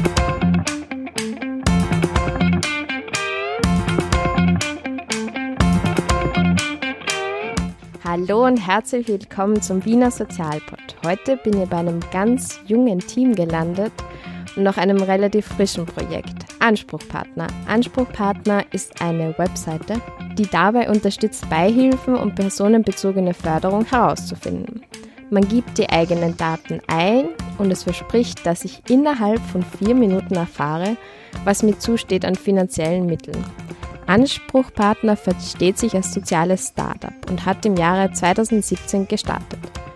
Hallo und herzlich willkommen zum Wiener Sozialpod. Heute bin ich bei einem ganz jungen Team gelandet und noch einem relativ frischen Projekt, Anspruchpartner. Anspruchpartner ist eine Webseite, die dabei unterstützt, Beihilfen und personenbezogene Förderung herauszufinden. Man gibt die eigenen Daten ein und es verspricht, dass ich innerhalb von 4 Minuten erfahre, was mir zusteht an finanziellen Mitteln. Anspruchpartner versteht sich als soziales Startup und hat im Jahre 2017 gestartet.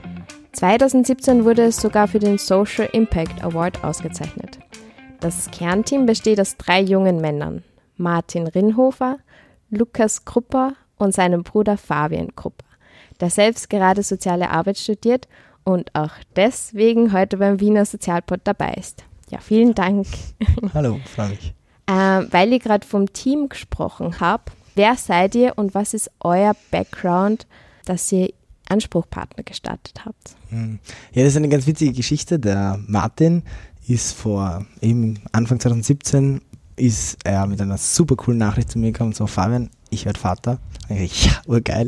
2017 wurde es sogar für den Social Impact Award ausgezeichnet. Das Kernteam besteht aus 3 jungen Männern, Martin Rinhofer, Lukas Krupper und seinem Bruder Fabian Krupper, der selbst gerade soziale Arbeit studiert und auch deswegen heute beim Wiener Sozialpod dabei ist. Ja, vielen Dank. Hallo, freue mich. Weil ich gerade vom Team gesprochen habe, wer seid ihr und was ist euer Background, dass ihr Anspruchpartner gestartet habt? Ja, das ist eine ganz witzige Geschichte. Der Martin ist eben Anfang 2017 ist er mit einer super coolen Nachricht zu mir gekommen, so Fabian, ich werde Vater. Ja, urgeil.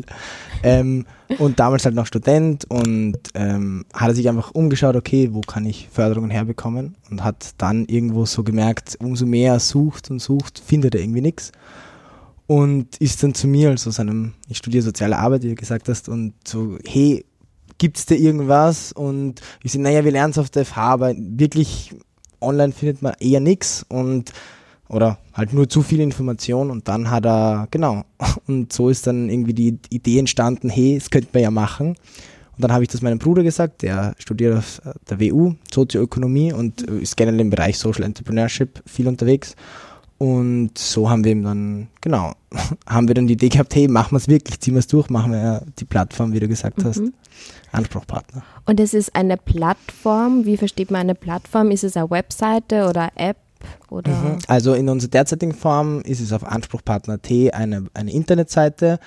Und damals halt noch Student und hat er sich einfach umgeschaut, okay, wo kann ich Förderungen herbekommen und hat dann irgendwo so gemerkt, umso mehr er sucht und sucht, findet er irgendwie nichts und ist dann zu mir, also ich studiere soziale Arbeit, wie du gesagt hast, und so, hey, gibt's da irgendwas? Und ich so, naja, wir lernen es auf der FH, aber wirklich online findet man eher nichts oder halt nur zu viel Information und dann hat er, genau, und so ist dann irgendwie die Idee entstanden, hey, das könnte man ja machen. Und dann habe ich das meinem Bruder gesagt, der studiert auf der WU, Sozioökonomie und ist generell im Bereich Social Entrepreneurship viel unterwegs. Und so haben wir ihm dann, haben wir dann die Idee gehabt, hey, machen wir es wirklich, ziehen wir es durch, machen wir ja die Plattform, wie du gesagt hast, Anspruchpartner. Und es ist eine Plattform, wie versteht man eine Plattform? Ist es eine Webseite oder App? Oder? Also in unserer derzeitigen Form ist es auf Anspruchpartner.at eine Internetseite.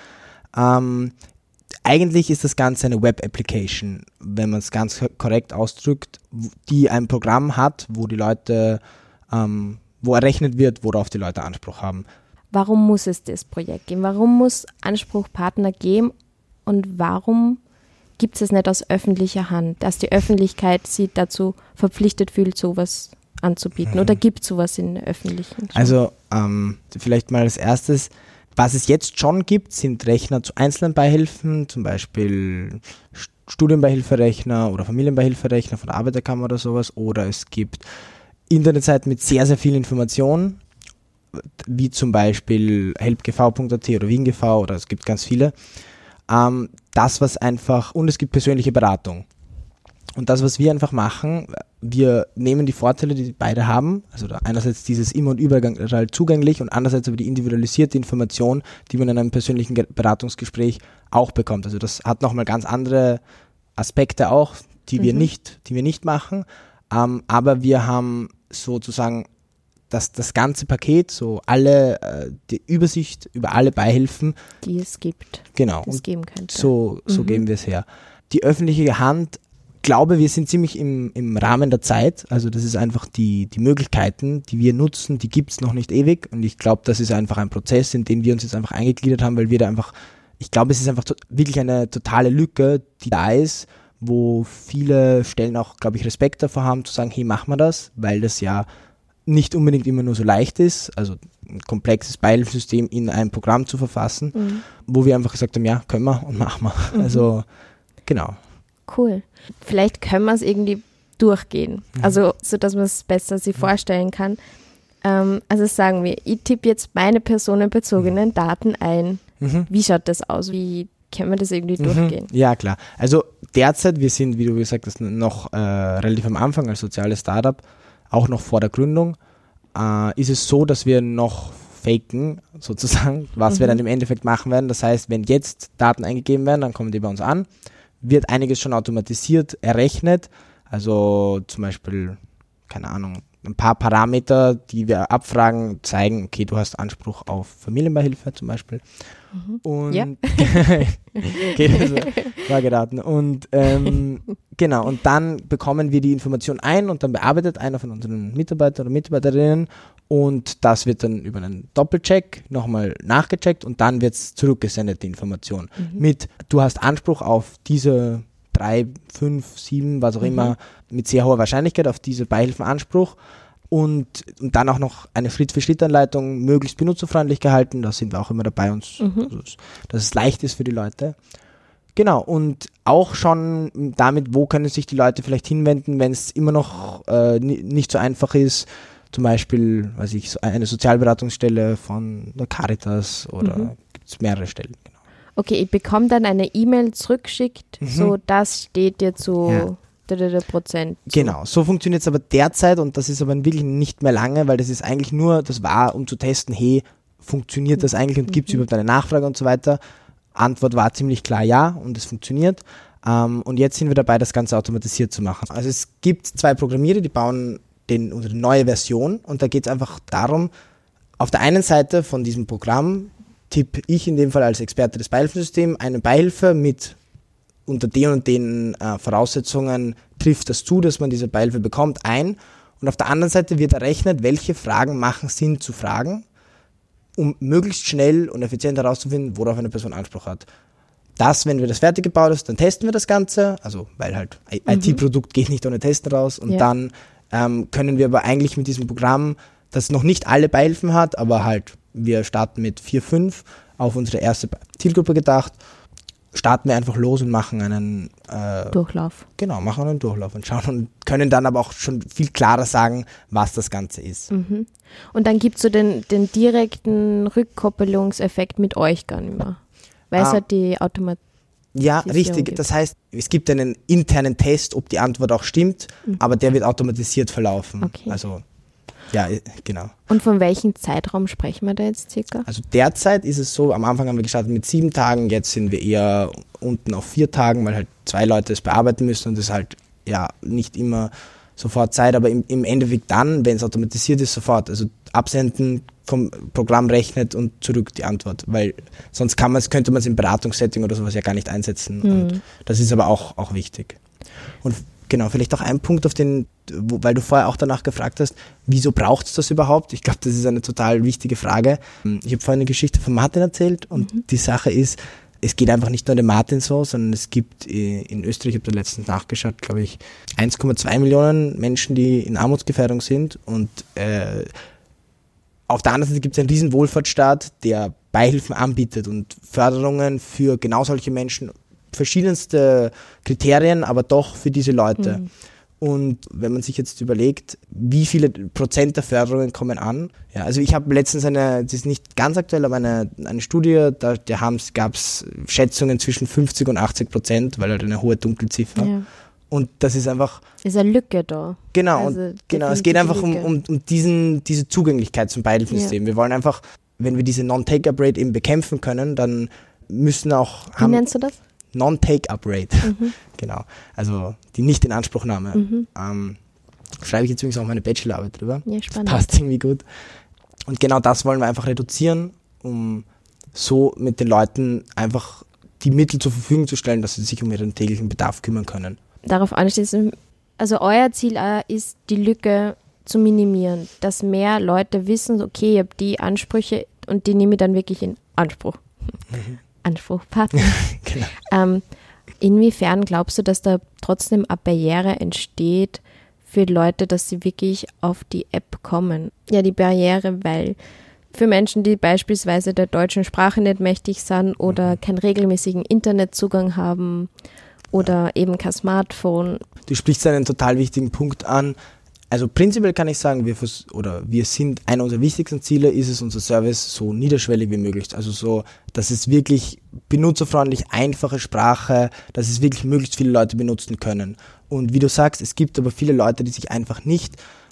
Eigentlich ist das Ganze eine Web-Application, wenn man es ganz korrekt ausdrückt, die ein Programm hat, wo die Leute, wo errechnet wird, worauf die Leute Anspruch haben. Warum muss es das Projekt geben? Warum muss Anspruchpartner geben und warum gibt es es nicht aus öffentlicher Hand, dass die Öffentlichkeit sich dazu verpflichtet fühlt, sowas anzubieten? Oder gibt es sowas in der öffentlichen? Also vielleicht mal als erstes, was es jetzt schon gibt, sind Rechner zu einzelnen Beihilfen, zum Beispiel Studienbeihilferechner oder Familienbeihilferechner von der Arbeiterkammer oder sowas, oder es gibt Internetseiten mit sehr, sehr viel Information, wie zum Beispiel helpgv.at oder wiengv oder es gibt ganz viele. Und es gibt persönliche Beratung. Und das, was wir einfach machen, wir nehmen die Vorteile, die beide haben, also einerseits dieses Immer- und Überall zugänglich und andererseits aber die individualisierte Information, die man in einem persönlichen Beratungsgespräch auch bekommt. Also das hat nochmal ganz andere Aspekte auch, die wir nicht machen, aber wir haben sozusagen das ganze Paket, so die Übersicht über alle Beihilfen, die es gibt, genau, die es geben könnte. So geben wir es her. Die öffentliche Hand, glaube, wir sind ziemlich im Rahmen der Zeit, also das ist einfach die Möglichkeiten, die wir nutzen, die gibt es noch nicht ewig und ich glaube, das ist einfach ein Prozess, in den wir uns jetzt einfach eingegliedert haben, weil wir da einfach, ich glaube, es ist einfach wirklich eine totale Lücke, die da ist, wo viele Stellen auch, glaube ich, Respekt davor haben, zu sagen, hey, machen wir das, weil das ja nicht unbedingt immer nur so leicht ist, also ein komplexes Beihilfensystem in ein Programm zu verfassen, wo wir einfach gesagt haben, ja, können wir und machen wir. Also, genau. Cool. Vielleicht können wir es irgendwie durchgehen, also so, dass man es besser sich vorstellen kann. Also sagen wir, ich tippe jetzt meine personenbezogenen Daten ein. Wie schaut das aus? Wie können wir das irgendwie durchgehen? Ja, klar. Also derzeit, wir sind, wie du gesagt hast, noch relativ am Anfang als soziales Startup, auch noch vor der Gründung, ist es so, dass wir noch faken, sozusagen, was wir dann im Endeffekt machen werden. Das heißt, wenn jetzt Daten eingegeben werden, dann kommen die bei uns an, wird einiges schon automatisiert errechnet, also zum Beispiel keine Ahnung, ein paar Parameter, die wir abfragen, zeigen, okay, du hast Anspruch auf Familienbeihilfe zum Beispiel. Und Ja. okay, das war geraten. Und genau, und dann bekommen wir die Information ein und dann bearbeitet einer von unseren Mitarbeitern oder Mitarbeiterinnen und das wird dann über einen Doppelcheck nochmal nachgecheckt und dann wird es zurückgesendet, die Information. Mit, du hast Anspruch auf diese 3, 5, 7, was auch immer, mit sehr hoher Wahrscheinlichkeit auf diese Beihilfenanspruch und dann auch noch eine Schritt-für-Schritt-Anleitung möglichst benutzerfreundlich gehalten, da sind wir auch immer dabei, dass es leicht ist für die Leute. Genau, und auch schon damit, wo können sich die Leute vielleicht hinwenden, wenn es immer noch nicht so einfach ist, zum Beispiel, weiß ich, so eine Sozialberatungsstelle von der Caritas oder gibt es mehrere Stellen. Genau. Okay, ich bekomme dann eine E-Mail zurückgeschickt, so das steht dir zu Prozent. Zu. Genau, so funktioniert es aber derzeit und das ist aber wirklich nicht mehr lange, weil das ist eigentlich nur, das war, um zu testen, hey, funktioniert das eigentlich und gibt es überhaupt eine Nachfrage und so weiter. Antwort war ziemlich klar ja und es funktioniert. Und jetzt sind wir dabei, das Ganze automatisiert zu machen. Also es gibt 2 Programmierer, die bauen unsere neue Version und da geht es einfach darum, auf der einen Seite von diesem Programm tippe ich in dem Fall als Experte des Beihilfesystems eine Beihilfe mit unter den und den Voraussetzungen trifft das zu, dass man diese Beihilfe bekommt, ein. Und auf der anderen Seite wird errechnet, welche Fragen machen Sinn zu fragen, um möglichst schnell und effizient herauszufinden, worauf eine Person Anspruch hat. Das, wenn wir das fertig gebaut haben, dann testen wir das Ganze, also weil halt IT-Produkt geht nicht ohne Testen raus und dann können wir aber eigentlich mit diesem Programm, das noch nicht alle Beihilfen hat, aber halt wir starten mit 4, 5 auf unsere erste Zielgruppe gedacht, starten wir einfach los und machen einen Durchlauf. Genau, machen einen Durchlauf und schauen und können dann aber auch schon viel klarer sagen, was das Ganze ist. Und dann gibt es so den direkten Rückkoppelungseffekt mit euch gar nicht mehr, weil es halt die Automatisierung Ja, richtig. gibt. Das heißt, es gibt einen internen Test, ob die Antwort auch stimmt, aber der wird automatisiert verlaufen. Okay. Also, ja, genau. Und von welchem Zeitraum sprechen wir da jetzt circa? Also derzeit ist es so, am Anfang haben wir gestartet mit 7 Tagen, jetzt sind wir eher unten auf 4 Tagen, weil halt 2 Leute es bearbeiten müssen und das halt ja nicht immer sofort Zeit, aber im Endeffekt dann, wenn es automatisiert ist, sofort. Also absenden, vom Programm rechnet und zurück die Antwort, weil sonst könnte man es im Beratungssetting oder sowas ja gar nicht einsetzen und das ist aber auch wichtig. Und genau, vielleicht auch ein Punkt, weil du vorher auch danach gefragt hast, wieso braucht es das überhaupt? Ich glaube, das ist eine total wichtige Frage. Ich habe vorhin eine Geschichte von Martin erzählt und die Sache ist, es geht einfach nicht nur dem Martin so, sondern es gibt in Österreich, ich habe da letztens nachgeschaut, glaube ich, 1,2 Millionen Menschen, die in Armutsgefährdung sind und auf der anderen Seite gibt es einen riesen Wohlfahrtsstaat, der Beihilfen anbietet und Förderungen für genau solche Menschen, verschiedenste Kriterien, aber doch für diese Leute. Und wenn man sich jetzt überlegt, wie viele Prozent der Förderungen kommen an, ja, also ich habe letztens das ist nicht ganz aktuell, aber eine Studie, da gab es Schätzungen zwischen 50 und 80%, weil halt eine hohe Dunkelziffer. Ja. Und das ist einfach... Ist eine Lücke da. Genau, also es geht einfach um diese Zugänglichkeit zum Beihilfensystem. Ja. Wir wollen einfach, wenn wir diese Non-Take-Up-Rate eben bekämpfen können, dann müssen auch... Wie nennst du das? Non-Take-Up-Rate, genau, also die Nicht-Inanspruchnahme. Schreibe ich jetzt übrigens auch meine Bachelorarbeit drüber. Ja, spannend. Das passt irgendwie gut. Und genau das wollen wir einfach reduzieren, um so mit den Leuten einfach die Mittel zur Verfügung zu stellen, dass sie sich um ihren täglichen Bedarf kümmern können. Darauf anschließend, also euer Ziel ist, die Lücke zu minimieren, dass mehr Leute wissen, okay, ich habe die Ansprüche und die nehme ich dann wirklich in Anspruch. Anspruchpartner. Genau. Inwiefern glaubst du, dass da trotzdem eine Barriere entsteht für Leute, dass sie wirklich auf die App kommen? Ja, die Barriere, weil für Menschen, die beispielsweise der deutschen Sprache nicht mächtig sind oder keinen regelmäßigen Internetzugang haben oder eben kein Smartphone. Du sprichst einen total wichtigen Punkt an. Also prinzipiell kann ich sagen, einer unserer wichtigsten Ziele ist es, unser Service so niederschwellig wie möglich. Also so, dass es wirklich benutzerfreundlich, einfache Sprache, dass es wirklich möglichst viele Leute benutzen können. Und wie du sagst, es gibt aber viele Leute, die sich einfach nicht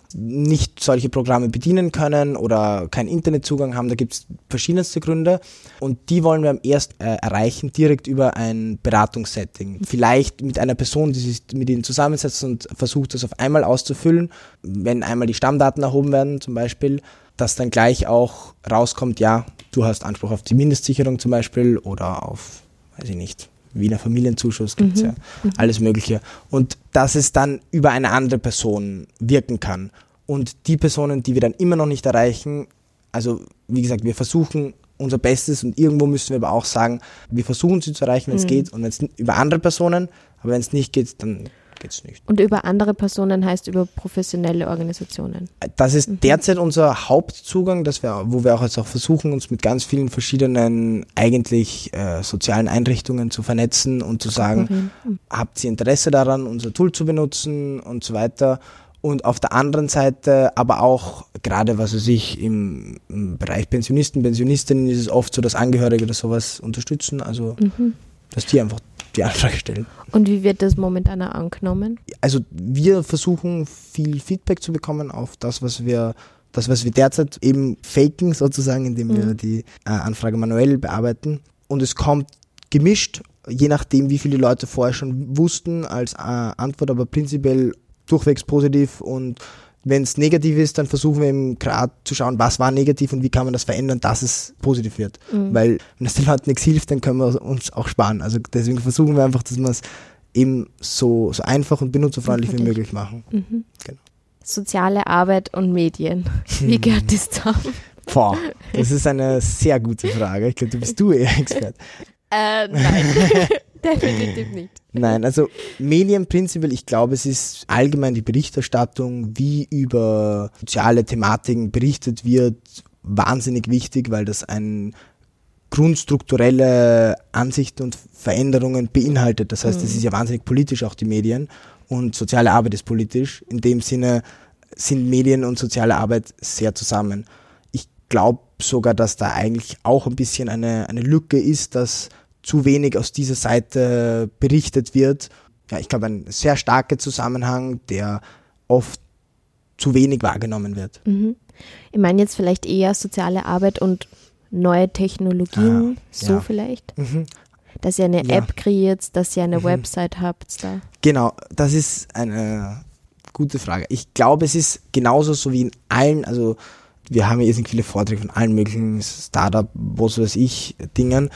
nicht solche Programme bedienen können oder keinen Internetzugang haben. Da gibt es verschiedenste Gründe und die wollen wir am ersten erreichen, direkt über ein Beratungssetting. Vielleicht mit einer Person, die sich mit ihnen zusammensetzt und versucht, das auf einmal auszufüllen. Wenn einmal die Stammdaten erhoben werden zum Beispiel, dass dann gleich auch rauskommt, ja, du hast Anspruch auf die Mindestsicherung zum Beispiel oder auf, weiß ich nicht, Wiener Familienzuschuss, gibt es ja alles Mögliche. Und dass es dann über eine andere Person wirken kann. Und die Personen, die wir dann immer noch nicht erreichen, also wie gesagt, wir versuchen unser Bestes und irgendwo müssen wir aber auch sagen, wir versuchen sie zu erreichen, wenn es geht und wenn es über andere Personen, aber wenn es nicht geht, dann geht es nicht. Und über andere Personen heißt über professionelle Organisationen? Das ist derzeit unser Hauptzugang, wo wir auch jetzt auch versuchen, uns mit ganz vielen verschiedenen eigentlich sozialen Einrichtungen zu vernetzen und zu sagen, habt ihr Interesse daran, unser Tool zu benutzen und so weiter. Und auf der anderen Seite aber auch, gerade was weiß ich, im Bereich Pensionisten, Pensionistinnen ist es oft so, dass Angehörige oder sowas unterstützen, also dass die einfach die Anfrage stellen. Und wie wird das momentan angenommen? Also wir versuchen viel Feedback zu bekommen auf das, was wir derzeit eben faken sozusagen, indem wir die Anfrage manuell bearbeiten. Und es kommt gemischt, je nachdem, wie viele Leute vorher schon wussten als Antwort, aber prinzipiell durchwegs positiv. Und wenn es negativ ist, dann versuchen wir eben gerade zu schauen, was war negativ und wie kann man das verändern, dass es positiv wird. Weil wenn es den Leuten nichts hilft, dann können wir uns auch sparen. Also deswegen versuchen wir einfach, dass wir es eben so einfach und benutzerfreundlich wie möglich machen. Genau. Soziale Arbeit und Medien. Wie gehört das zusammen? Boah, das ist eine sehr gute Frage. Ich glaube, du bist eher Experte. Nein, definitiv nicht. Nein, also Medien prinzipiell, ich glaube, es ist allgemein die Berichterstattung, wie über soziale Thematiken berichtet wird, wahnsinnig wichtig, weil das eine grundstrukturelle Ansichten und Veränderungen beinhaltet. Das heißt, es ist ja wahnsinnig politisch, auch die Medien, und soziale Arbeit ist politisch. In dem Sinne sind Medien und soziale Arbeit sehr zusammen. Ich glaube sogar, dass da eigentlich auch ein bisschen eine Lücke ist, dass zu wenig aus dieser Seite berichtet wird. Ja, ich glaube, ein sehr starker Zusammenhang, der oft zu wenig wahrgenommen wird. Ich meine jetzt vielleicht eher soziale Arbeit und neue Technologien, vielleicht. Dass ihr eine App kreiert, dass ihr eine Website habt. Da. Genau, das ist eine gute Frage. Ich glaube, es ist genauso so wie in allen, also wir haben ja irrsinnig viele Vorträge von allen möglichen Startup, was weiß ich, Dingen,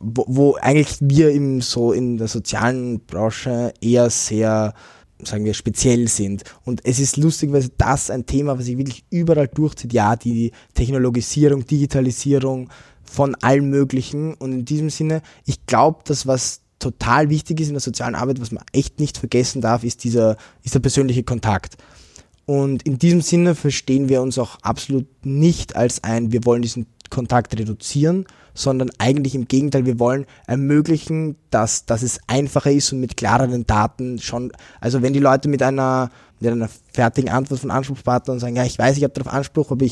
wo eigentlich wir eben so in der sozialen Branche eher sehr, sagen wir, speziell sind. Und es ist lustigerweise das ein Thema, was sich wirklich überall durchzieht. Ja, die Technologisierung, Digitalisierung von allem Möglichen. Und in diesem Sinne, ich glaube, dass was total wichtig ist in der sozialen Arbeit, was man echt nicht vergessen darf, ist der persönliche Kontakt. Und in diesem Sinne verstehen wir uns auch absolut nicht als wir wollen diesen Kontakt reduzieren, sondern eigentlich im Gegenteil, wir wollen ermöglichen, dass es einfacher ist und mit klareren Daten schon, also wenn die Leute mit einer fertigen Antwort von Anspruchspartnern sagen, ja, ich weiß, ich habe darauf Anspruch, aber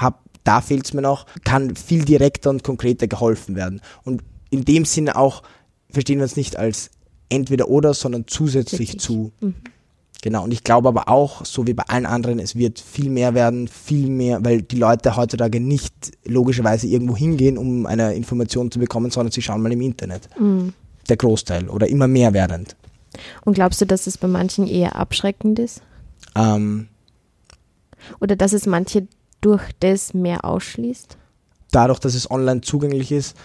da fehlt es mir noch, kann viel direkter und konkreter geholfen werden. Und in dem Sinne auch verstehen wir uns nicht als entweder oder, sondern zusätzlich zu. Genau, und ich glaube aber auch, so wie bei allen anderen, es wird viel mehr werden, weil die Leute heutzutage nicht logischerweise irgendwo hingehen, um eine Information zu bekommen, sondern sie schauen mal im Internet. Der Großteil oder immer mehr werdend. Und glaubst du, dass es bei manchen eher abschreckend ist? Oder dass es manche durch das mehr ausschließt? Dadurch, dass es online zugänglich ist,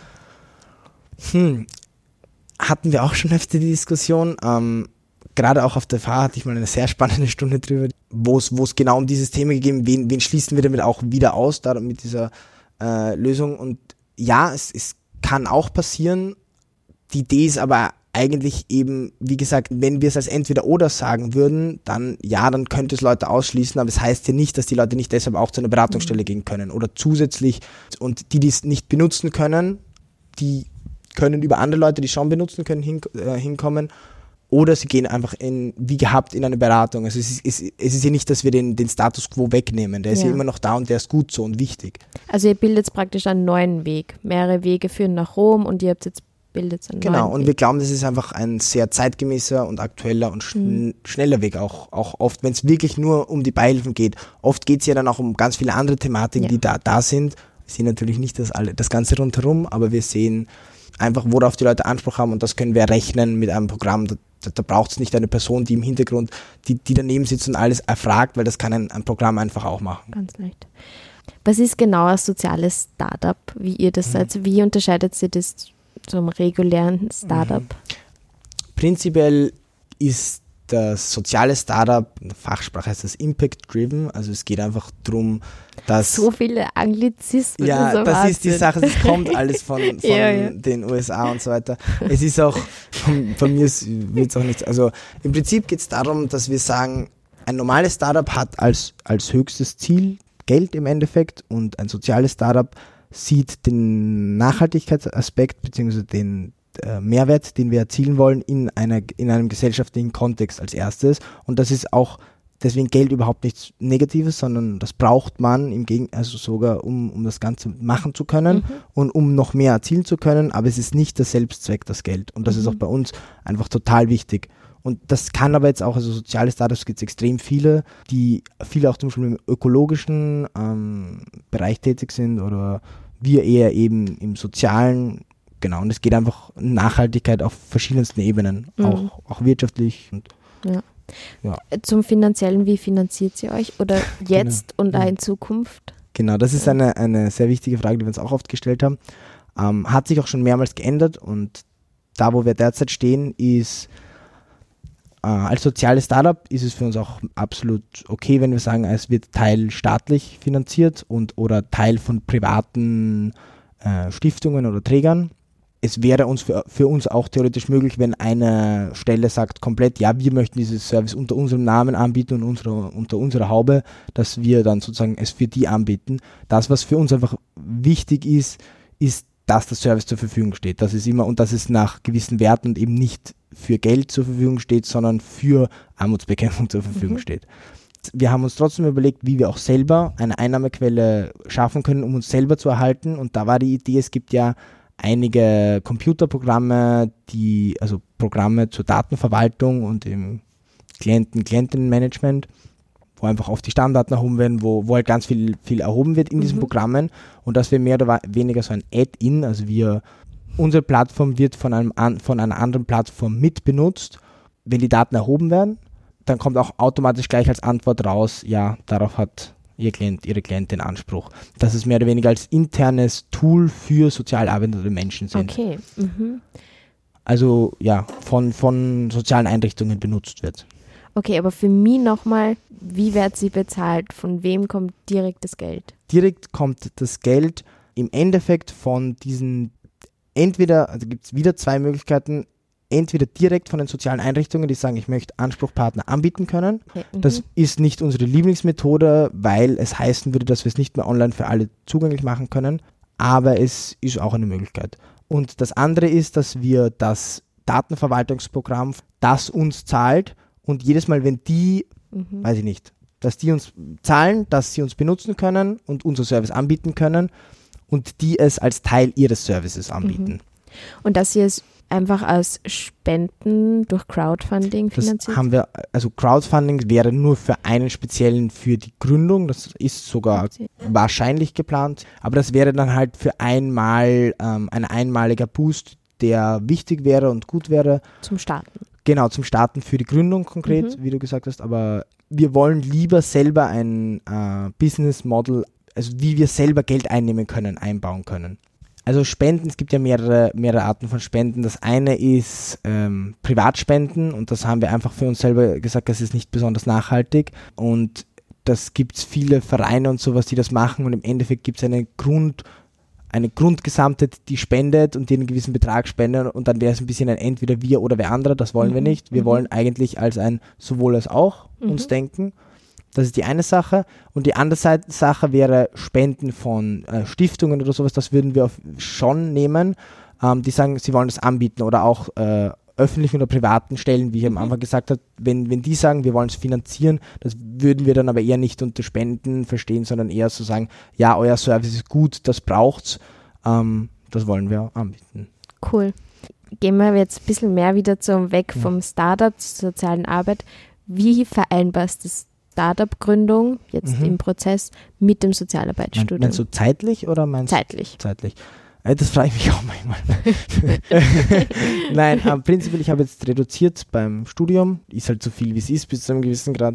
hatten wir auch schon öfter die Diskussion. Gerade auch auf der FH hatte ich mal eine sehr spannende Stunde drüber, wo es genau um dieses Thema gegeben, wen schließen wir damit auch wieder aus, mit dieser Lösung. Und ja, es kann auch passieren. Die Idee ist aber eigentlich eben, wie gesagt, wenn wir es als entweder oder sagen würden, dann könnte es Leute ausschließen, aber es heißt ja nicht, dass die Leute nicht deshalb auch zu einer Beratungsstelle gehen können oder zusätzlich. Und die es nicht benutzen können, die können über andere Leute, die schon benutzen können, hinkommen. Oder sie gehen einfach wie gehabt in eine Beratung. Also es ist ja nicht, dass wir den Status quo wegnehmen. Der ist ja immer noch da und der ist gut so und wichtig. Also ihr bildet praktisch einen neuen Weg. Mehrere Wege führen nach Rom und ihr habt jetzt bildet einen Genau, neuen und Weg. wir glauben, das ist einfach ein sehr zeitgemäßer und aktueller und schneller Weg auch oft, wenn es wirklich nur um die Beihilfen geht. Oft geht es ja dann auch um ganz viele andere Thematiken, die da sind. Wir sehen natürlich nicht das Ganze rundherum, aber wir sehen einfach, worauf die Leute Anspruch haben, und das können wir rechnen mit einem Programm. Da braucht es nicht eine Person, die im Hintergrund, die daneben sitzt und alles erfragt, weil das kann ein Programm einfach auch machen. Ganz leicht. Was ist genau ein soziales Startup, wie ihr das seid? Wie unterscheidet sich das zum regulären Startup? Prinzipiell ist das soziale Startup, in der Fachsprache heißt das Impact-Driven, also es geht einfach darum, dass... So viele Anglizismen. Ja, das ist die Sache, es kommt alles von Ja. den USA und so weiter. Es ist auch, von mir wird es auch nichts, also im Prinzip geht es darum, dass wir sagen, ein normales Startup hat als höchstes Ziel Geld im Endeffekt, und ein soziales Startup sieht den Nachhaltigkeitsaspekt bzw. den Mehrwert, den wir erzielen wollen, in einem gesellschaftlichen Kontext als erstes, und das ist auch deswegen Geld überhaupt nichts Negatives, sondern das braucht man also sogar, um das Ganze machen zu können und um noch mehr erzielen zu können, aber es ist nicht der Selbstzweck, das Geld, und das ist auch bei uns einfach total wichtig. Und das kann aber jetzt auch, also soziale Startups gibt es extrem viele, die viele auch zum Beispiel im ökologischen Bereich tätig sind, oder wir eher eben im sozialen. Genau, und es geht einfach um Nachhaltigkeit auf verschiedensten Ebenen, auch wirtschaftlich. Und ja. Zum Finanziellen, wie finanziert ihr euch? Oder jetzt und auch in Zukunft? Genau, das ist eine sehr wichtige Frage, die wir uns auch oft gestellt haben. Hat sich auch schon mehrmals geändert, und da, wo wir derzeit stehen, ist als soziales Startup ist es für uns auch absolut okay, wenn wir sagen, es wird Teil staatlich finanziert oder Teil von privaten Stiftungen oder Trägern. Es wäre uns für uns auch theoretisch möglich, wenn eine Stelle sagt komplett, ja, wir möchten dieses Service unter unserem Namen anbieten und unter unserer Haube, dass wir dann sozusagen es für die anbieten. Das, was für uns einfach wichtig ist, dass der Service zur Verfügung steht. Das ist immer, und dass es nach gewissen Werten und eben nicht für Geld zur Verfügung steht, sondern für Armutsbekämpfung zur Verfügung steht. Wir haben uns trotzdem überlegt, wie wir auch selber eine Einnahmequelle schaffen können, um uns selber zu erhalten, und da war die Idee, es gibt ja einige Computerprogramme, also Programme zur Datenverwaltung und im Klientenmanagement, wo einfach oft die Stammdaten erhoben werden, wo halt ganz viel erhoben wird in diesen Programmen, und das wäre mehr oder weniger so ein Add-in, also unsere Plattform wird von einer anderen Plattform mitbenutzt. Wenn die Daten erhoben werden, dann kommt auch automatisch gleich als Antwort raus, ja, darauf hat Ihr Klient, Ihre Klientin Anspruch. Dass es mehr oder weniger als internes Tool für sozial arbeitende Menschen sind. Okay. Also ja, von sozialen Einrichtungen benutzt wird. Okay, aber für mich nochmal, wie wird sie bezahlt? Von wem kommt direkt das Geld? Direkt kommt das Geld im Endeffekt von diesen, also gibt es wieder zwei Möglichkeiten, entweder direkt von den sozialen Einrichtungen, die sagen, ich möchte Ansprechpartner anbieten können. Okay, das ist nicht unsere Lieblingsmethode, weil es heißen würde, dass wir es nicht mehr online für alle zugänglich machen können, aber es ist auch eine Möglichkeit. Und das andere ist, dass wir das Datenverwaltungsprogramm, das uns zahlt, und jedes Mal, wenn die, weiß ich nicht, dass die uns zahlen, dass sie uns benutzen können und unser Service anbieten können, und die es als Teil ihres Services anbieten. Und dass sie es einfach aus Spenden durch Crowdfunding finanziert? Das haben wir, also Crowdfunding wäre nur für einen speziellen, für die Gründung, das ist sogar wahrscheinlich geplant, aber das wäre dann halt für einmal ein einmaliger Boost, der wichtig wäre und gut wäre. Zum Starten. Genau, zum Starten für die Gründung konkret, wie du gesagt hast, aber wir wollen lieber selber ein Business Model, also wie wir selber Geld einnehmen können, einbauen können. Also Spenden, es gibt ja mehrere Arten von Spenden. Das eine ist Privatspenden, und das haben wir einfach für uns selber gesagt, das ist nicht besonders nachhaltig, und das gibt es viele Vereine und sowas, die das machen, und im Endeffekt gibt es eine Grundgesamtheit, die spendet und die einen gewissen Betrag spendet, und dann wäre es ein bisschen ein entweder wir oder wer andere, das wollen wir nicht. Wir wollen eigentlich als ein sowohl als auch uns denken. Das ist die eine Sache. Und die andere Sache wäre Spenden von Stiftungen oder sowas, das würden wir schon nehmen, die sagen, sie wollen das anbieten, oder auch öffentlichen oder privaten Stellen, wie ich am Anfang gesagt habe, wenn die sagen, wir wollen es finanzieren, das würden wir dann aber eher nicht unter Spenden verstehen, sondern eher so sagen, ja, euer Service ist gut, das braucht's, das wollen wir anbieten. Cool. Gehen wir jetzt ein bisschen mehr wieder weg vom Startup zur sozialen Arbeit. Wie vereinbarst du Startup-Gründung jetzt im Prozess mit dem Sozialarbeitsstudium? Meinst du zeitlich oder meinst du? Zeitlich. Das frage ich mich auch manchmal. Nein, prinzipiell, ich habe jetzt reduziert beim Studium. Ist halt so viel, wie es ist, bis zu einem gewissen Grad.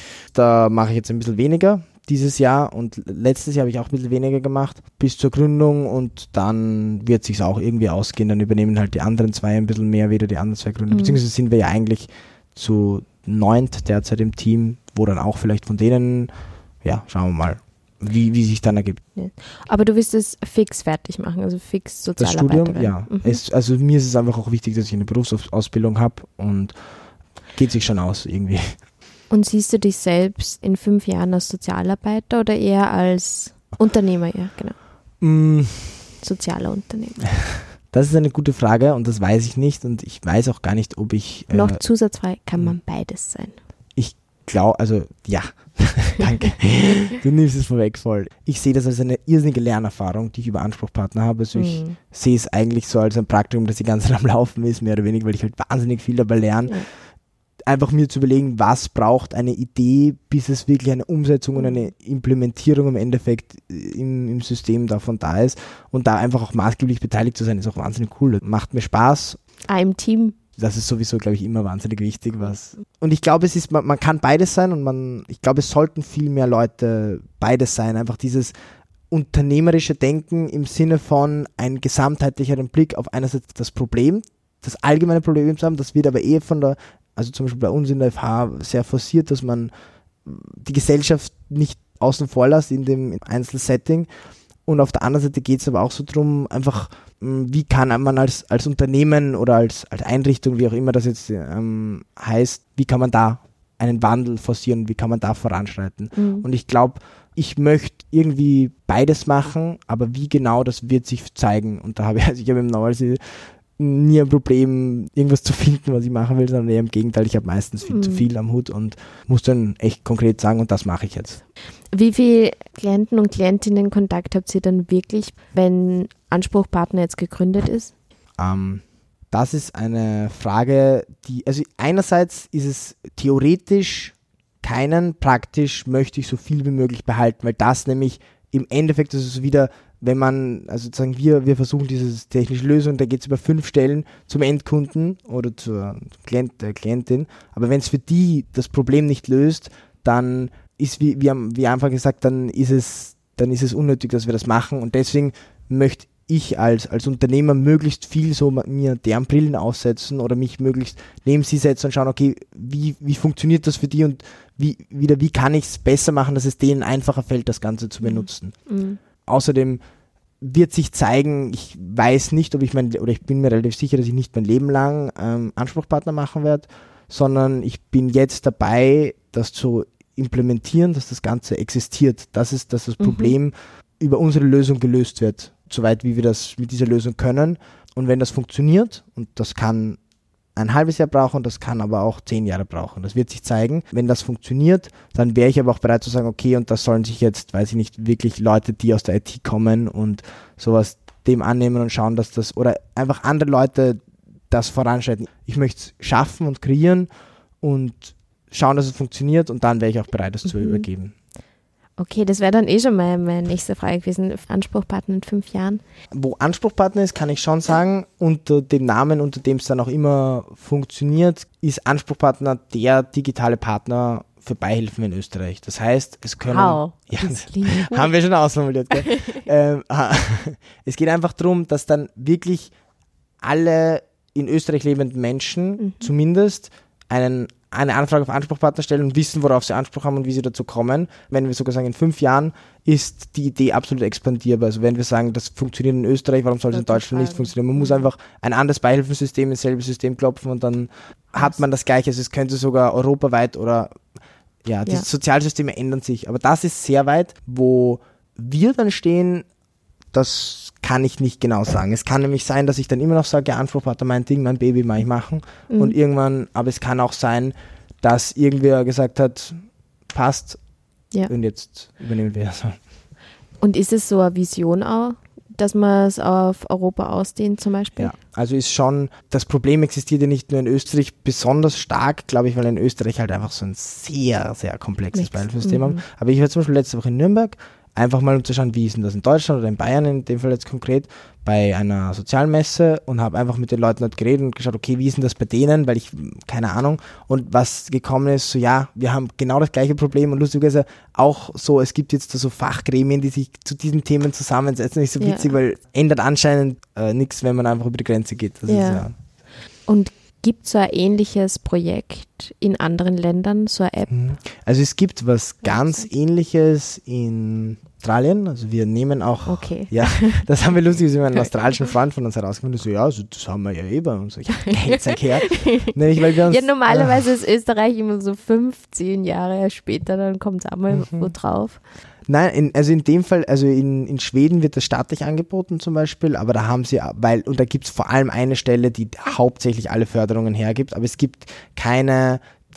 Da mache ich jetzt ein bisschen weniger dieses Jahr und letztes Jahr habe ich auch ein bisschen weniger gemacht bis zur Gründung und dann wird es sich auch irgendwie ausgehen. Dann übernehmen halt die anderen zwei ein bisschen mehr, wieder die anderen zwei Gründer. Beziehungsweise sind wir ja eigentlich zu 9 derzeit im Team, wo dann auch vielleicht von denen, ja, schauen wir mal, wie sich dann ergibt. Ja. Aber du willst es fix fertig machen, also fix Sozialarbeiterin. Das Studium, ja. Also mir ist es einfach auch wichtig, dass ich eine Berufsausbildung habe und geht sich schon aus irgendwie. Und siehst du dich selbst in 5 Jahren als Sozialarbeiter oder eher als Unternehmer? Ja, genau. Sozialer Unternehmer. Das ist eine gute Frage und das weiß ich nicht und ich weiß auch gar nicht, ob ich... Noch zusatzfrei, kann man beides sein? Ich glaube, also ja, danke. Du nimmst es vorweg voll. Ich sehe das als eine irrsinnige Lernerfahrung, die ich über Ansprechpartner habe. Also ich sehe es eigentlich so als ein Praktikum, das die ganze Zeit am Laufen ist, mehr oder weniger, weil ich halt wahnsinnig viel dabei lerne. Ja. Einfach mir zu überlegen, was braucht eine Idee, bis es wirklich eine Umsetzung und eine Implementierung im Endeffekt im System davon da ist. Und da einfach auch maßgeblich beteiligt zu sein, ist auch wahnsinnig cool. Das macht mir Spaß. Im Team. Das ist sowieso, glaube ich, immer wahnsinnig wichtig. Und ich glaube, es ist, man kann beides sein und ich glaube, es sollten viel mehr Leute beides sein. Einfach dieses unternehmerische Denken im Sinne von einen gesamtheitlicheren Blick auf einerseits das Problem, das allgemeine Problem zu haben, das wird aber also zum Beispiel bei uns in der FH sehr forciert, dass man die Gesellschaft nicht außen vor lässt in dem Einzelsetting. Und auf der anderen Seite geht es aber auch so drum, einfach, wie kann man als Unternehmen oder als Einrichtung, wie auch immer das jetzt heißt, wie kann man da einen Wandel forcieren, wie kann man da voranschreiten. Und ich glaube, ich möchte irgendwie beides machen, aber wie genau, das wird sich zeigen. Und da habe ich im Normalsee nie ein Problem, irgendwas zu finden, was ich machen will, sondern eher im Gegenteil, ich habe meistens viel zu viel am Hut und muss dann echt konkret sagen, und das mache ich jetzt. Wie viel Klienten und Klientinnen Kontakt habt ihr dann wirklich, wenn Ansprechpartner jetzt gegründet ist? Das ist eine Frage, also einerseits ist es theoretisch keinen, praktisch möchte ich so viel wie möglich behalten, weil das nämlich im Endeffekt ist es wieder, wenn man, also sozusagen wir versuchen diese technische Lösung, da geht es über 5 Stellen zum Endkunden oder zur Klientin, aber wenn es für die das Problem nicht löst, dann ist, wie am Anfang gesagt, dann ist es unnötig, dass wir das machen und deswegen möchte ich als Unternehmer möglichst viel so mir deren Brillen aufsetzen oder mich möglichst neben sie setzen und schauen, okay, wie funktioniert das für die und wie kann ich es besser machen, dass es denen einfacher fällt, das Ganze zu benutzen. Außerdem wird sich zeigen, ich weiß nicht, ich bin mir relativ sicher, dass ich nicht mein Leben lang Ansprechpartner machen werde, sondern ich bin jetzt dabei, das zu implementieren, dass das Ganze existiert. Dass das Problem über unsere Lösung gelöst wird, soweit wie wir das mit dieser Lösung können. Und wenn das funktioniert, und das kann ein halbes Jahr brauchen, das kann aber auch 10 Jahre brauchen. Das wird sich zeigen. Wenn das funktioniert, dann wäre ich aber auch bereit zu sagen, okay, und das sollen sich jetzt, weiß ich nicht, wirklich Leute, die aus der IT kommen und sowas dem annehmen und schauen, dass das, oder einfach andere Leute das voranschreiten. Ich möchte es schaffen und kreieren und schauen, dass es funktioniert und dann wäre ich auch bereit, das zu übergeben. Okay, das wäre dann schon meine nächste Frage gewesen. Ansprechpartner in 5 Jahren? Wo Ansprechpartner ist, kann ich schon sagen, unter dem Namen, unter dem es dann auch immer funktioniert, ist Ansprechpartner der digitale Partner für Beihilfen in Österreich. Das heißt, es können... Wow, ja, haben wir schon ausformuliert. Es geht einfach darum, dass dann wirklich alle in Österreich lebenden Menschen zumindest eine Anfrage auf Ansprechpartner stellen und wissen, worauf sie Anspruch haben und wie sie dazu kommen. Wenn wir sogar sagen, in 5 Jahren ist die Idee absolut expandierbar. Also wenn wir sagen, das funktioniert in Österreich, warum soll es in Deutschland nicht funktionieren? Man muss einfach ein anderes Beihilfensystem ins selbe System klopfen und dann hat man das Gleiche. Also es könnte sogar europaweit oder die Sozialsysteme ändern sich. Aber das ist sehr weit, wo wir dann stehen, das kann ich nicht genau sagen. Es kann nämlich sein, dass ich dann immer noch sage, ja, Ansprechpartner, mein Ding, mein Baby, mache ich machen. Und irgendwann, aber es kann auch sein, dass irgendwer gesagt hat, passt und jetzt übernehmen wir es. Und ist es so eine Vision auch, dass man es auf Europa ausdehnt zum Beispiel? Ja, also ist schon, das Problem existiert ja nicht nur in Österreich besonders stark, glaube ich, weil in Österreich halt einfach so ein sehr, sehr komplexes Beihilfensystem haben. Aber ich war zum Beispiel letzte Woche in Nürnberg, einfach mal um zu schauen, wie ist denn das in Deutschland oder in Bayern, in dem Fall jetzt konkret, bei einer Sozialmesse und habe einfach mit den Leuten dort geredet und geschaut, okay, wie ist denn das bei denen, weil ich, keine Ahnung, und was gekommen ist, so ja, wir haben genau das gleiche Problem und lustigerweise auch so, es gibt jetzt so Fachgremien, die sich zu diesen Themen zusammensetzen, nicht so witzig, weil ändert anscheinend nichts, wenn man einfach über die Grenze geht. Das ist, Und gibt es so ein ähnliches Projekt in anderen Ländern, so eine App? Also es gibt was ganz Ähnliches in Australien, also wir nehmen auch, ja, das haben wir lustig, dass wir einen australischen Freund von uns herausgefunden, so ja, also das haben wir ja bei uns. Ich zeig her. Nämlich, weil wir uns, normalerweise ist Österreich immer so 15 Jahre später, dann kommt es einmal wo drauf. Nein, also in dem Fall, also in Schweden wird das staatlich angeboten zum Beispiel, aber da haben sie, und da gibt es vor allem eine Stelle, die hauptsächlich alle Förderungen hergibt, aber es gibt keine,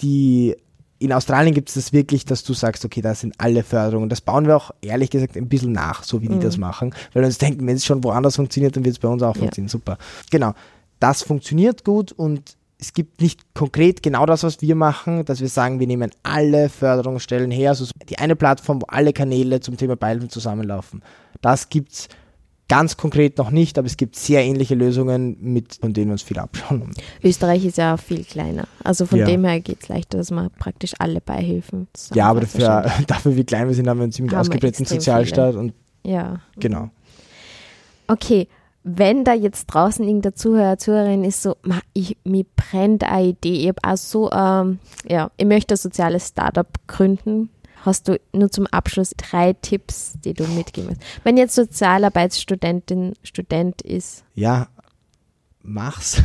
in Australien gibt es das wirklich, dass du sagst, okay, da sind alle Förderungen. Das bauen wir auch ehrlich gesagt ein bisschen nach, so wie die das machen, weil wir uns denken, wenn es schon woanders funktioniert, dann wird es bei uns auch funktionieren. Super. Genau, das funktioniert gut und es gibt nicht konkret genau das, was wir machen, dass wir sagen, wir nehmen alle Förderungsstellen her, also die eine Plattform, wo alle Kanäle zum Thema Beihilfen zusammenlaufen. Das gibt es ganz konkret noch nicht, aber es gibt sehr ähnliche Lösungen, von denen wir uns viel abschauen. Österreich ist ja auch viel kleiner, also von dem her geht es leichter, dass man praktisch alle Beihilfen zusammen. Ja, aber dafür, wie klein wir sind, haben wir einen ziemlich ausgeprägten Sozialstaat. Und genau. Okay. Wenn da jetzt draußen irgendein Zuhörer, Zuhörerin ist so, mir brennt eine Idee, ich habe auch so, ich möchte ein soziales Startup gründen. Hast du nur zum Abschluss 3 Tipps, die du mitgeben willst? Wenn jetzt Student ist. Ja, mach's.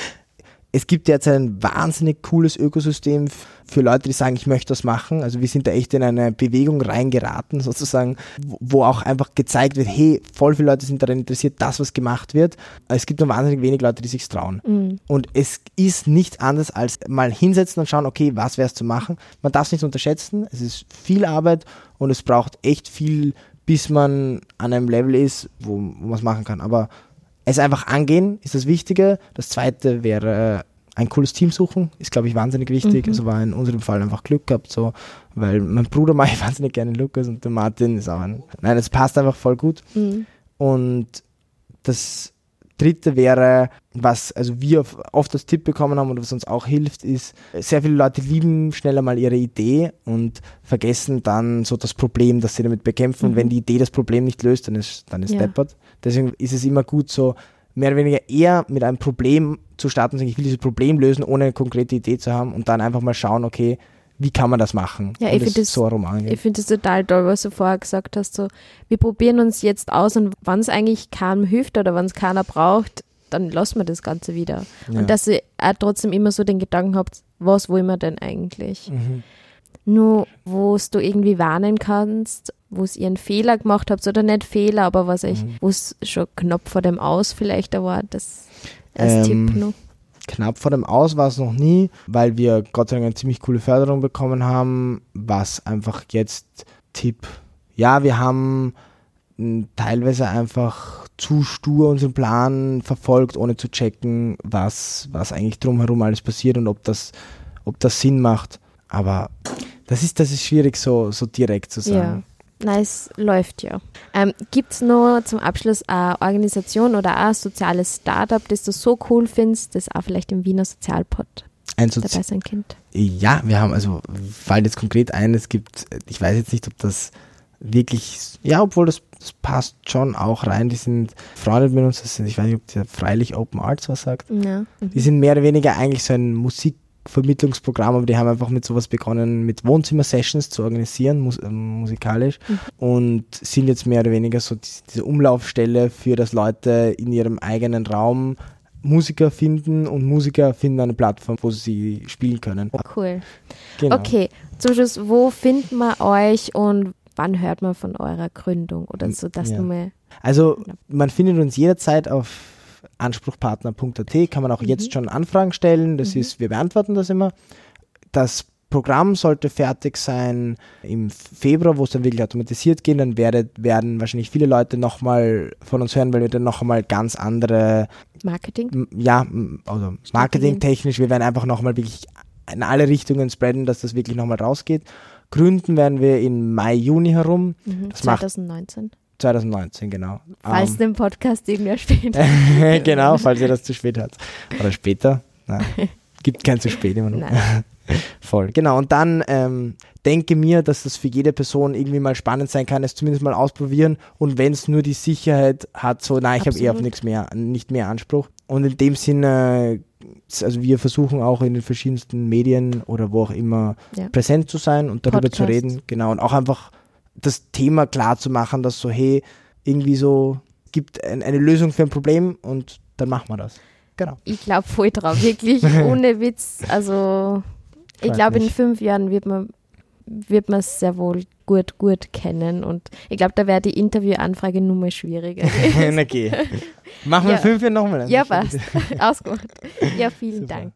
Es gibt derzeit ein wahnsinnig cooles Ökosystem für Leute, die sagen, ich möchte das machen. Also wir sind da echt in eine Bewegung reingeraten, sozusagen, wo auch einfach gezeigt wird, hey, voll viele Leute sind daran interessiert, das, was gemacht wird. Es gibt nur wahnsinnig wenig Leute, die sich trauen. Und es ist nichts anderes als mal hinsetzen und schauen, okay, was wäre es zu machen. Man darf es nicht unterschätzen, es ist viel Arbeit und es braucht echt viel, bis man an einem Level ist, wo man es machen kann. Aber es einfach angehen ist das Wichtige. Das Zweite wäre ein cooles Team suchen, ist, glaube ich, wahnsinnig wichtig. Also war in unserem Fall einfach Glück gehabt, so, weil mein Bruder mag ich wahnsinnig gerne Lukas und der Martin ist auch nein, es passt einfach voll gut. Und das Dritte wäre, was also wir oft als Tipp bekommen haben und was uns auch hilft, ist, sehr viele Leute lieben schneller mal ihre Idee und vergessen dann so das Problem, das sie damit bekämpfen. Und wenn die Idee das Problem nicht löst, dann ist deppert. Deswegen ist es immer gut, so mehr oder weniger eher mit einem Problem zu starten und sagen, ich will dieses Problem lösen, ohne eine konkrete Idee zu haben und dann einfach mal schauen, okay, wie kann man das machen? Ja, ich finde das total toll, was du vorher gesagt hast, so, wir probieren uns jetzt aus und wenn es eigentlich keinem hilft oder wenn es keiner braucht, dann lassen wir das Ganze wieder. Ja. Und dass ihr auch trotzdem immer so den Gedanken habt, was wollen wir denn eigentlich? Nur, wo du irgendwie warnen kannst, wo ihr einen Fehler gemacht habt oder nicht Fehler, aber wo es schon knapp vor dem Aus vielleicht war, das als Tipp noch. Knapp vor dem Aus war es noch nie, weil wir Gott sei Dank eine ziemlich coole Förderung bekommen haben, was einfach jetzt Tipp, ja, wir haben teilweise einfach zu stur unseren Plan verfolgt, ohne zu checken, was eigentlich drumherum alles passiert und ob das Sinn macht, aber das ist schwierig so direkt zu sagen. Ja. Nein, es läuft ja. Gibt es noch zum Abschluss eine Organisation oder ein soziales Startup, das du so cool findest, das auch vielleicht im Wiener Sozialpod dabei sein könnte? Ja, wir haben, also fällt jetzt konkret ein, es gibt, ich weiß jetzt nicht, ob das wirklich, ja, obwohl das passt schon auch rein, die sind befreundet mit uns, ich weiß nicht, ob der Freilich Open Arts was sagt. Ja. Die sind mehr oder weniger eigentlich so ein Musikvermittlungsprogramm, aber die haben einfach mit sowas begonnen, mit Wohnzimmer-Sessions zu organisieren, musikalisch, und sind jetzt mehr oder weniger so diese Umlaufstelle für, dass Leute in ihrem eigenen Raum Musiker finden und Musiker finden eine Plattform, wo sie spielen können. Oh, cool. Genau. Okay, zum Schluss, wo findet man euch und wann hört man von eurer Gründung? Oder so, dass du mal... Also, man findet uns jederzeit auf anspruchpartner.at, kann man auch jetzt schon Anfragen stellen, das ist, wir beantworten das immer. Das Programm sollte fertig sein im Februar, wo es dann wirklich automatisiert geht. Dann werden wahrscheinlich viele Leute nochmal von uns hören, weil wir dann noch einmal ganz andere marketingtechnisch, wir werden einfach nochmal wirklich in alle Richtungen spreaden, dass das wirklich nochmal rausgeht. Gründen werden wir in Mai, Juni herum. 2019, genau. Falls den Podcast irgendwer spät genau, falls ihr das zu spät habt. Oder später. Nein, gibt kein zu spät immer noch. Nein. Voll, genau. Und dann denke mir, dass das für jede Person irgendwie mal spannend sein kann, es zumindest mal ausprobieren. Und wenn es nur die Sicherheit hat, so, nein, ich habe auf nicht mehr Anspruch. Und in dem Sinne, also wir versuchen auch in den verschiedensten Medien oder wo auch immer präsent zu sein und darüber zu reden. Genau. Und auch einfach das Thema klar zu machen, dass so, hey, irgendwie so, gibt eine Lösung für ein Problem und dann machen wir das. Genau. Ich glaube voll drauf, wirklich, ohne Witz. Also ich glaube, in 5 Jahren wird man es sehr wohl gut kennen und ich glaube, da wäre die Interviewanfrage nur mal schwieriger. Okay. Machen wir 5 Jahre nochmal. Ja, passt. Ausgemacht. Ja, vielen Dank.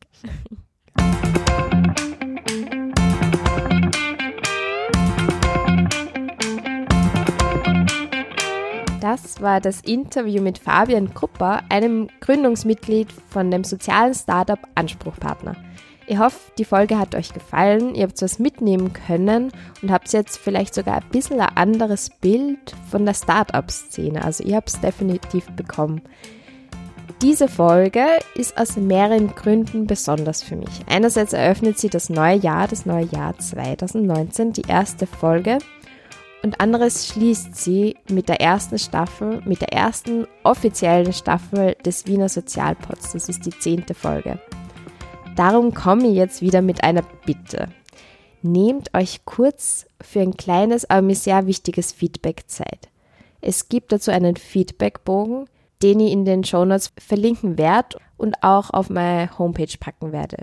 Das war das Interview mit Fabian Krupper, einem Gründungsmitglied von dem sozialen Startup Anspruchpartner. Ich hoffe, die Folge hat euch gefallen, ihr habt was mitnehmen können und habt jetzt vielleicht sogar ein bisschen ein anderes Bild von der Startup-Szene. Also ich habe es definitiv bekommen. Diese Folge ist aus mehreren Gründen besonders für mich. Einerseits eröffnet sie das neue Jahr 2019, die erste Folge. Und anderes schließt sie mit der ersten offiziellen Staffel des Wiener Sozialpods. Das ist die 10. Folge. Darum komme ich jetzt wieder mit einer Bitte. Nehmt euch kurz für ein kleines, aber mir sehr wichtiges Feedback Zeit. Es gibt dazu einen Feedbackbogen, den ich in den Shownotes verlinken werde und auch auf meine Homepage packen werde.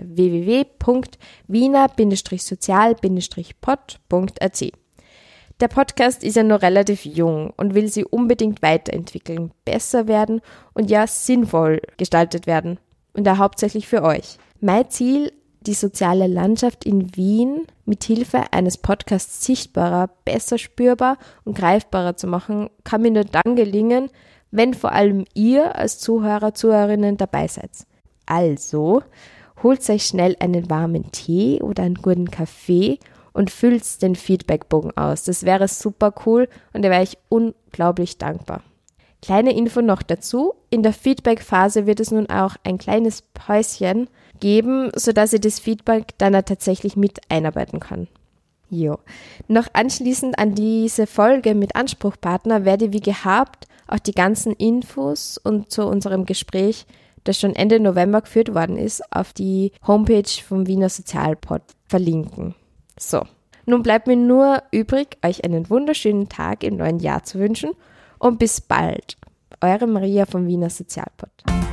www.wiener-sozial-pod.at. Der Podcast ist ja noch relativ jung und will sich unbedingt weiterentwickeln, besser werden und ja sinnvoll gestaltet werden. Und ja hauptsächlich für euch. Mein Ziel, die soziale Landschaft in Wien mit Hilfe eines Podcasts sichtbarer, besser spürbar und greifbarer zu machen, kann mir nur dann gelingen, wenn vor allem ihr als Zuhörer, Zuhörerinnen dabei seid. Also, holt euch schnell einen warmen Tee oder einen guten Kaffee und füllt den Feedbackbogen aus. Das wäre super cool und da wäre ich unglaublich dankbar. Kleine Info noch dazu, in der Feedback-Phase wird es nun auch ein kleines Päuschen geben, sodass ich das Feedback dann tatsächlich mit einarbeiten kann. Jo. Noch anschließend an diese Folge mit Anspruchpartner werde ich wie gehabt auch die ganzen Infos und zu unserem Gespräch, das schon Ende November geführt worden ist, auf die Homepage vom Wiener Sozialpod verlinken. So, nun bleibt mir nur übrig, euch einen wunderschönen Tag im neuen Jahr zu wünschen und bis bald. Eure Maria vom Wiener Sozialpod.